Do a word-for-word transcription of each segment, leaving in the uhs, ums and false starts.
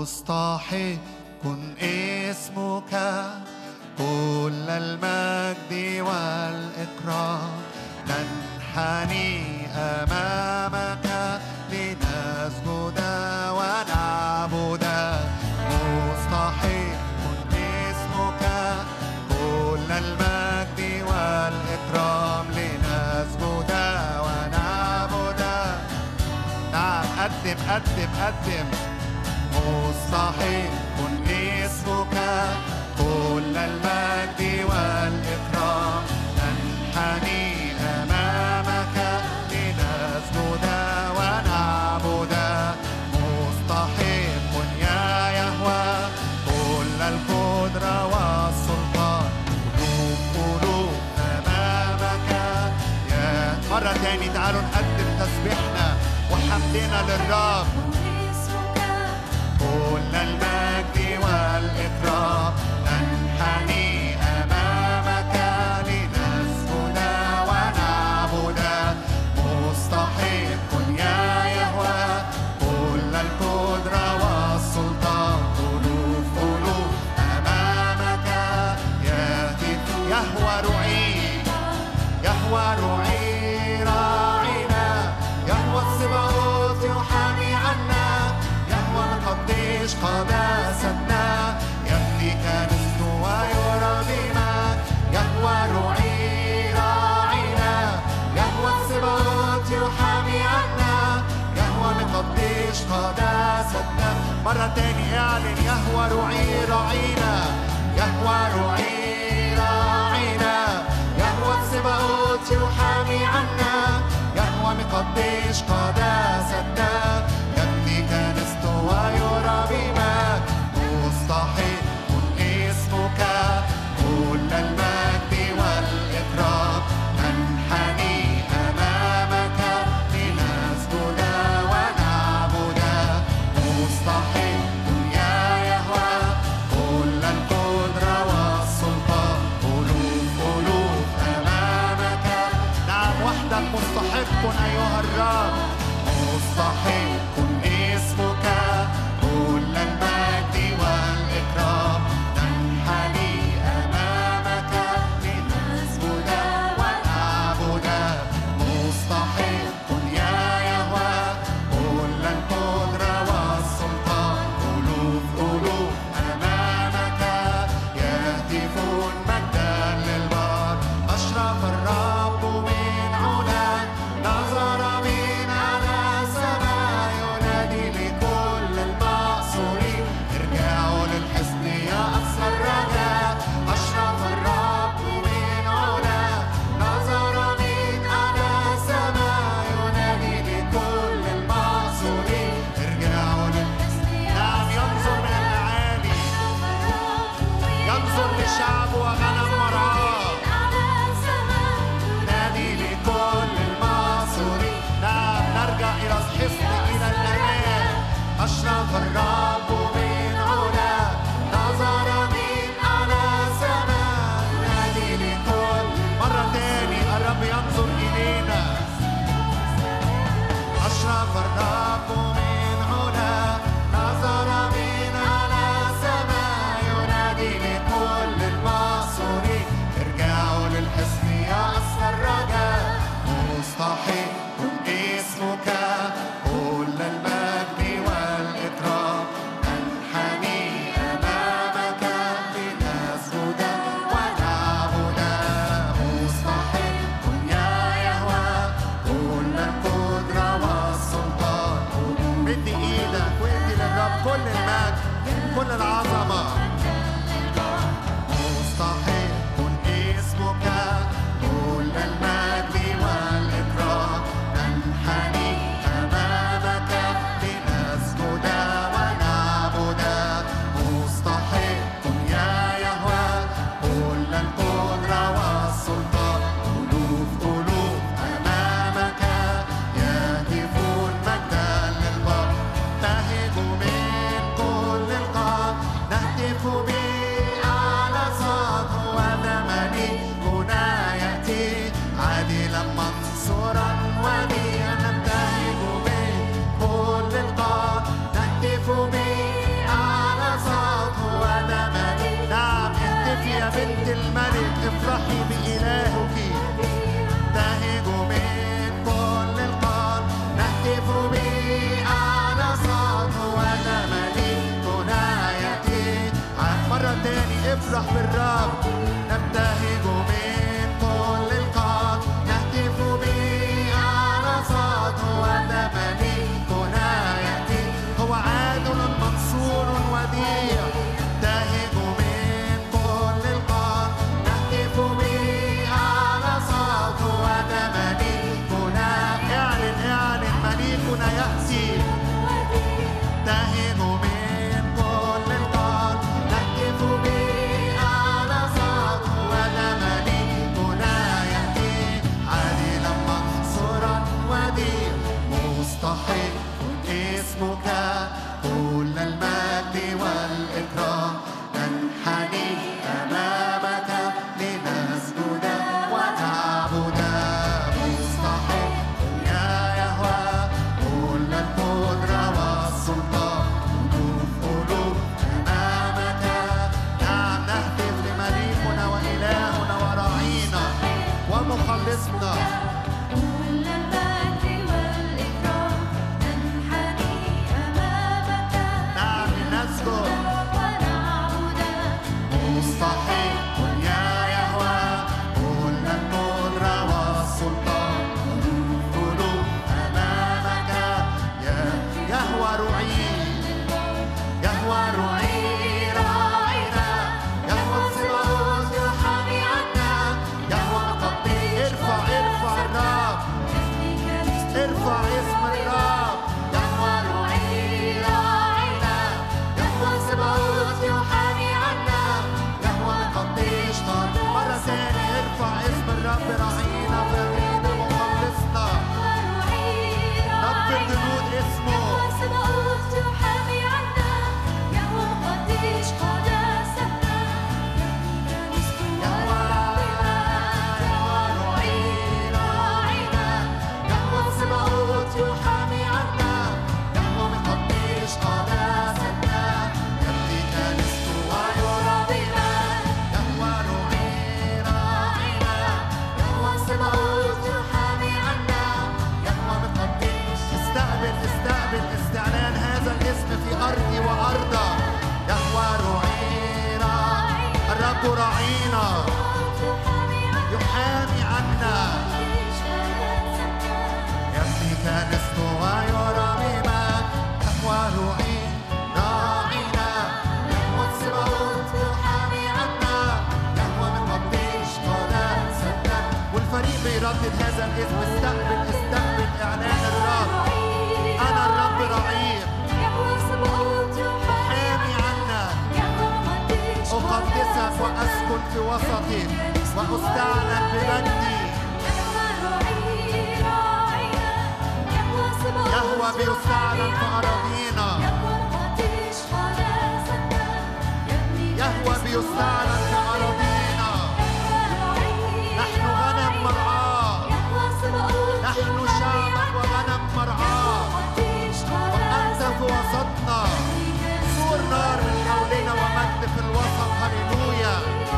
مستحق اسمك كل المجد والإكرام، ننحني أمامك لنسجد ونعبد. مستحق اسمك كل المجد والإكرام، لنسجد ونعبد. نعم، قدم قدم قدم. مستحق اسمك كل المجد والإكرام، ننحني أمامك لنسجد ونعبد. مستحق يا يهوه كل القدرة والسلطان، قلوب قلوب أمامك يا. مرة تاني تعالوا نقدم تسبيحنا وحمدنا للرب. كل المجد والإكرام، ننحني أمامك لنسجد ونعبد. مستحق يا يهوه كل القدرة والسلطان، قلوب قلوب أمامك يهتف. يهوه رعي، يهوه رعي راعينا، يهوه السباوت يحامي عنا، قديش قداستنا، يبني كنيسته ويرى بماء. يهوه رعي راعينا، يهوه السباوت يحامي عنا، يهوه مقدش قداستنا. مرة تاني اعلن يهوه رعي راعينا، يهوه رعي راعينا، يهوه السباوت يحامي عنا، يهوه مقدش قداستنا، يبني كنيسته ويرى بماء. مستحق اسمك كل المجد والإكرام، ننحني أمامك لنسجد ونعبد. مستحق يا يهوه كل القدرة والسلطان، قلوب قلوب أمامك. نعم، وحدك مستحق أيها الرب. مستحق اسمك كل المجد والإكرام، ننحني أمامك لنسجد ونعبد. مستحق يا يهوه كل القدرة والسلطان، قلوب قلوب أمامك يهتفون مجدا للبار. أشرق الرب من علا، نظر من على السماء، ينادي لكل المقصورين ارجعوا للحصن يا أقصى الرجاء. أشرق الرب من علا، نظر من على السماء، ينادي لكل المقصورين ارجعوا للحصن. نعم، ينظر من الأعالي، ينظر لشعب وغنم مرعاه، نادي لكل المقصورين. نعم، نرجع إلى الحصن إلى الأمان. أشرق الرب من علا، نظر من على السماء، نادي لكل. مرة تاني الرب ينظر إلينا. أشرق الرب من علا، نظر من على السماء، ينادي لكل المقصورين ارجعوا للحصن يا أصل الرجاء. مستحق اسمك كل المجد والإكرام، ننحني أمامك لنسجد ونعبد. مستحق يا يهوه كل القدرة والسلطان. مد إيدك وادي للرب كل المجد كل العظمة. مستحق اسمك كل المجد والإكرام، ننحني أمامك لنسجد ونعبد. مستحق يا يهوه كل القدرة والسلطان، قلوب قلوب أمامك يهتفون مجدا للبر. نهج من كل القاع، نهج يأتي تهيج من كل القلب نهتف بأعلى صوت ولا مليكنا يأتي عادلا منصورا وديع مستحق اسمك كل المجد والإكرام ننحني أمامك لنسجد ونعبد مستحق يا يهوه كل القدرة والسلطان قلوب قلوب أمامك نعم نهتف لمليكنا وإلهنا وراعينا ومخلصنا مستحق يا يهوه كل القدرة والسلطان قلوب أمامك يا يهوه رعي يهوه رعي راعينا يهوه الصباوت يحامي عنا يهوه مقدس ارفع ارفع الرب ارفع اسم الرب يهوه رعي راعينا يهوه الصباوت يحامي عنا مرة ثانية ارفع اسم الرب راعينا فرينا ومخلصنا رب الجنود اسمه استعلان هذا الاسم في أرضي وأرضك يهوه رعينا الرب راعينا يحامي عنا يبني كنيسته ويرممك يهوه رعي راعينا يهوه الصباوت يحامي عنا يهوه مقدس قداستك والفريق بيردد هذا الاسم استقبل استقبل إعلان الرب أنا الرب رعيك حامي عنك أقدسك وأسكن في وسطك وأستعلن بمجدي يهوه بيستعلن في أراضينا يهوه بيستعلن في أراضينا نحن غنم مرعاه نحن شعبك وغنم مرعاه وأنت في وسطنا سور نار من حولنا ومجد في الوسط هللويا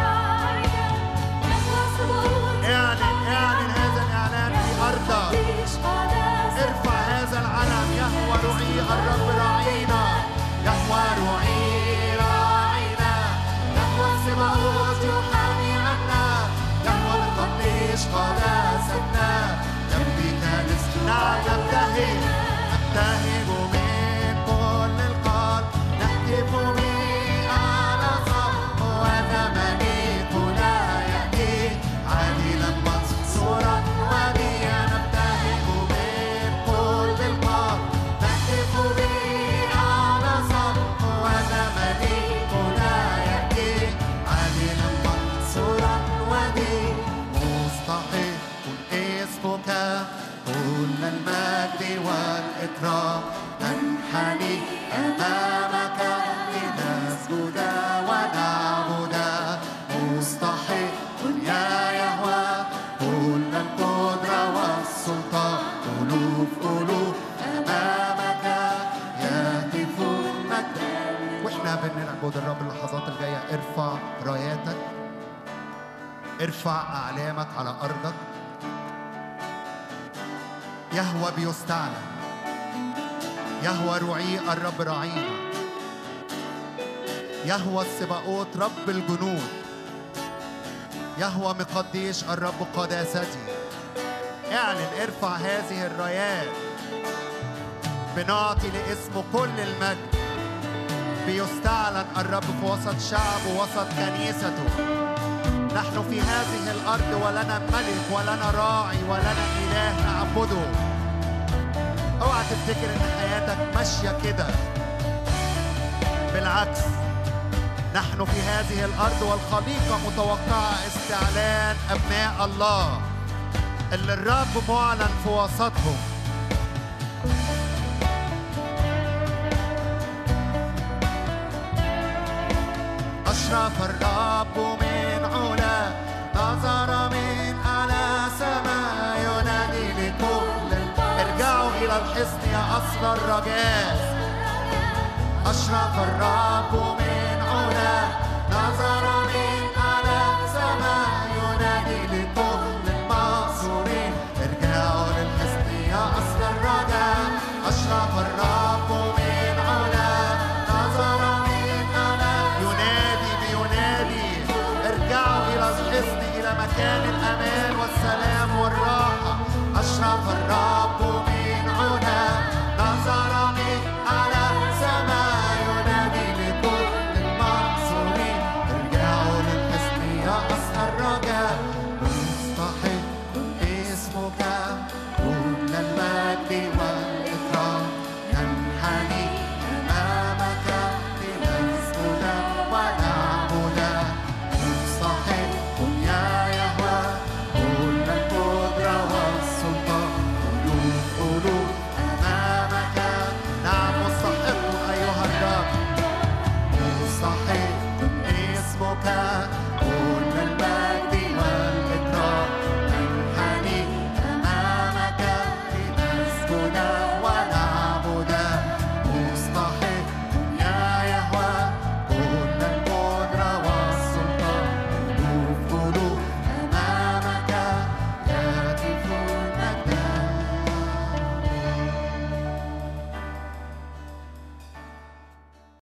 اعلن اعلن هذا الإعلان في أرضك ارفع هذا العلم يهوه رعي الرب راعينا يهوه رعي راعينا يهوه الصباوت يحامي عنا يهوه مقدس قداستنا يبني كنيسته نعم نبتهج نبتهج من كل القلب نهتف بأعلى صوت وأنا مليكنا يأتي عادلا منصورا وديعا نبتهج من كل القلب نهتف بأعلى صوت وأنا مليكنا يأتي عادلا منصورا وديعا مستحق اسمك كل المجد والإكرام ننحني أمامك لنسجد ونعبد مستحق يا يهوه كل القدرة والسلطان قلوب قلوب أمامك يهتفون مجدا واحنا بنعبد الرب اللحظات الجاية ارفع راياتك ارفع أعلامك على أرضك يهوه بيستعلن يهوه رعي الرب راعينا يهوه الصباوت رب الجنود يهوه مقديش الرب قداستي اعلن ارفع هذه الرايات بنعطي لاسمه كل المجد بيستعلن الرب في وسط شعبه وسط كنيسته نحن في هذه الأرض ولنا ملك ولنا راعي ولنا إله نعبده اوعى تفتكر إن حياتك ماشية كده. بالعكس، نحن في هذه الأرض والخليقة متوقعة استعلان أبناء الله اللي الرب معلن في وسطهم. أشرف الرب من علا، نظر من أعلى سماء، ينادي لكل. ارجعوا إلى الحصن يا أصل الرجاء. أشرف الرب من علا، نظر من أعلى سماء، ينادي لكل المنصورين. ارجعوا للحصن يا أصل الرجاء. أشرف الرب